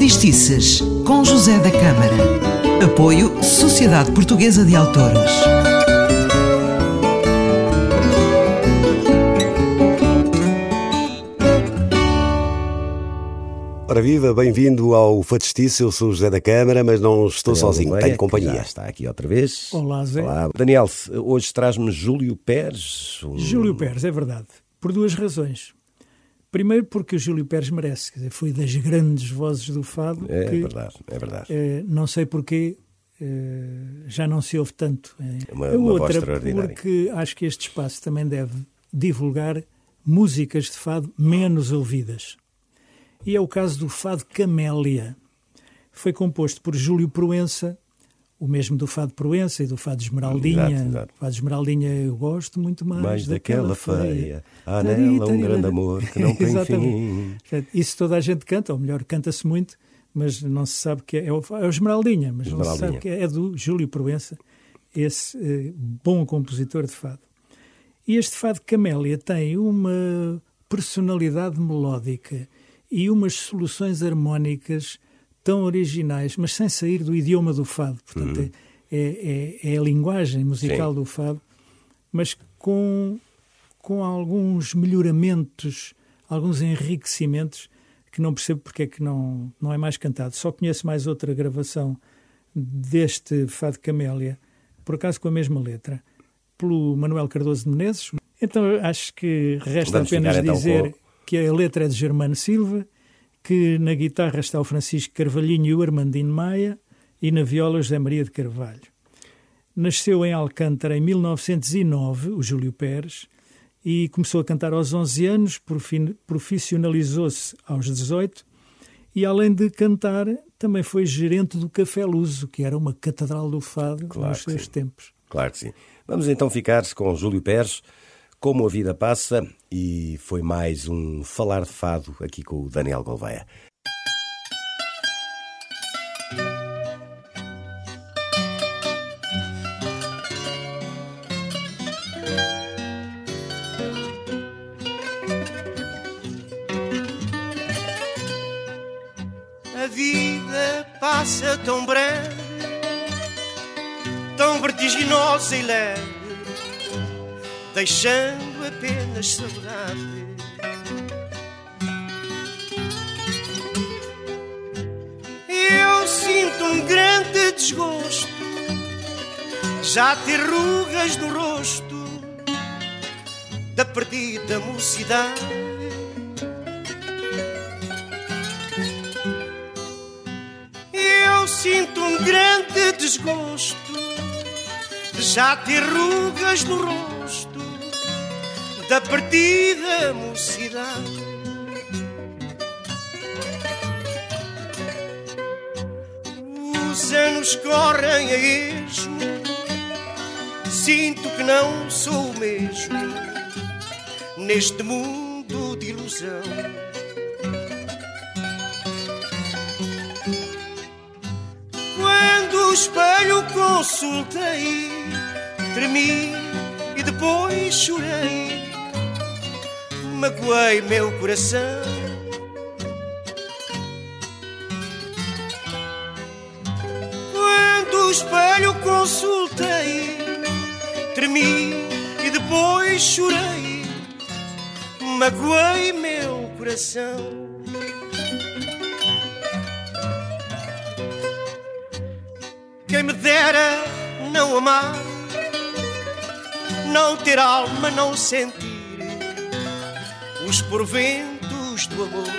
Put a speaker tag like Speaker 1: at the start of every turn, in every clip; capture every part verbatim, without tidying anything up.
Speaker 1: Fadistices, com José da Câmara. Apoio Sociedade Portuguesa de Autores.
Speaker 2: Ora viva, bem-vindo ao Fadistice. Eu sou o José da Câmara, mas não estou
Speaker 3: Daniel
Speaker 2: sozinho,
Speaker 3: Gouveia,
Speaker 2: tenho companhia.
Speaker 3: Já está aqui outra vez.
Speaker 4: Olá, Zé.
Speaker 3: Olá. Daniel, hoje traz-me Júlio Pérez. Um...
Speaker 4: Júlio Pérez, é verdade. Por duas razões. Primeiro porque o Júlio Pérez merece. Quer dizer, foi das grandes vozes do fado.
Speaker 3: É
Speaker 4: que,
Speaker 3: verdade, é verdade.
Speaker 4: Eh, não sei porquê, eh, já não se ouve tanto.
Speaker 3: É uma,
Speaker 4: a
Speaker 3: uma voz
Speaker 4: outra,
Speaker 3: extraordinária.
Speaker 4: porque acho que este espaço também deve divulgar músicas de fado menos ouvidas. E é o caso do fado Camélia. Foi composto por Júlio Proença, o mesmo do fado Proença e do fado Esmeraldinha.
Speaker 3: Exato, exato.
Speaker 4: O fado Esmeraldinha eu gosto muito mais,
Speaker 3: Mais
Speaker 4: daquela,
Speaker 3: daquela feia.
Speaker 4: feia.
Speaker 3: Há nela um grande amor que não tem
Speaker 4: Exatamente.
Speaker 3: fim.
Speaker 4: Isso toda a gente canta, ou melhor, canta-se muito, mas não se sabe que é. É o, é o Esmeraldinha, mas não se
Speaker 3: Esmeraldinha.
Speaker 4: sabe que é, é do Júlio Proença, esse eh, bom compositor de fado. E este fado Camélia tem uma personalidade melódica e umas soluções harmónicas tão originais, mas sem sair do idioma do fado. Portanto,
Speaker 3: Uhum.
Speaker 4: é, é, é a linguagem musical
Speaker 3: Sim.
Speaker 4: do fado, mas com, com alguns melhoramentos, alguns enriquecimentos que não percebo porque é que não, não é mais cantado. Só conheço mais outra gravação deste fado Camélia, por acaso com a mesma letra, pelo Manuel Cardoso de Menezes. Então acho que resta
Speaker 3: Vamos
Speaker 4: apenas
Speaker 3: ficar, então,
Speaker 4: dizer
Speaker 3: com...
Speaker 4: que a letra é de Germano Silva, que na guitarra está o Francisco Carvalhinho e o Armandino Maia, e na viola o José Maria de Carvalho. Nasceu em Alcântara em mil novecentos e nove, o Júlio Pérez, e começou a cantar aos onze anos, profi- profissionalizou-se aos dezoito, e além de cantar, também foi gerente do Café Luso, que era uma catedral do fado
Speaker 3: Claro
Speaker 4: nos
Speaker 3: que
Speaker 4: seus
Speaker 3: sim.
Speaker 4: tempos.
Speaker 3: Claro que sim. Vamos então ficar com Júlio Pérez, Como a Vida Passa, e foi mais um Falar de Fado aqui com o Daniel Gouveia.
Speaker 5: A vida passa tão breve, tão vertiginosa e leve, deixando apenas saudade. Eu sinto um grande desgosto, já ter rugas no rosto da perdida mocidade. Eu sinto um grande desgosto de já ter rugas no rosto da partida mocidade. Os anos correm a esmo, sinto que não sou o mesmo neste mundo de ilusão. O espelho consultei, tremi e depois chorei, magoei meu coração. Quando o espelho consultei, tremi e depois chorei, magoei meu coração. Quem me dera não amar, não ter alma, não sentir os porventos do amor.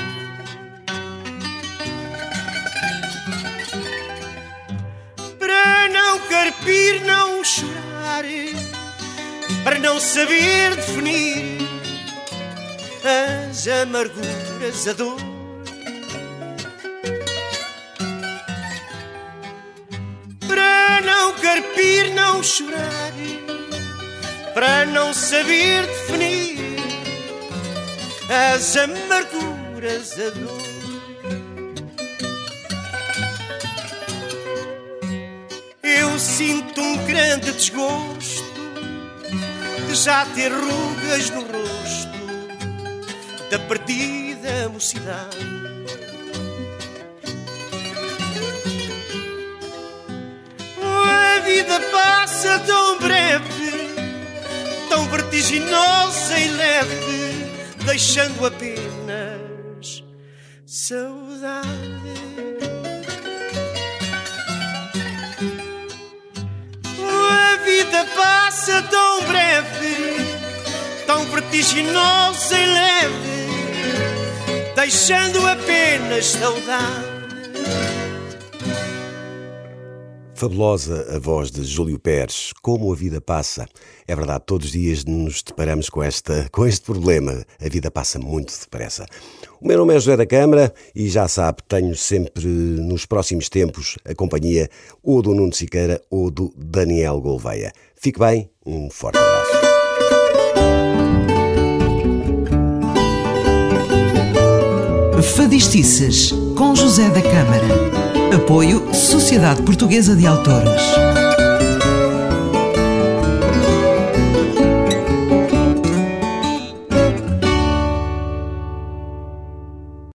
Speaker 5: Para não carpir, não chorar, para não saber definir as amarguras, a dor. Carpir, não chorar, para não saber definir as amarguras, a dor. Eu sinto um grande desgosto de já ter rugas no rosto da perdida mocidade. vida passa tão breve, tão vertiginosa e leve, deixando apenas saudade. A vida passa tão breve, tão vertiginosa e leve, deixando apenas saudade.
Speaker 2: Fabulosa a voz de Júlio Pérez, como a vida passa. É verdade, todos os dias nos deparamos com, esta, com este problema. A vida passa muito depressa. O meu nome é José da Câmara e já sabe, tenho sempre nos próximos tempos a companhia ou do Nuno Siqueira ou do Daniel Gouveia. Fique bem, um forte abraço.
Speaker 1: Fadistices, com José da Câmara. Apoio Sociedade Portuguesa de Autores.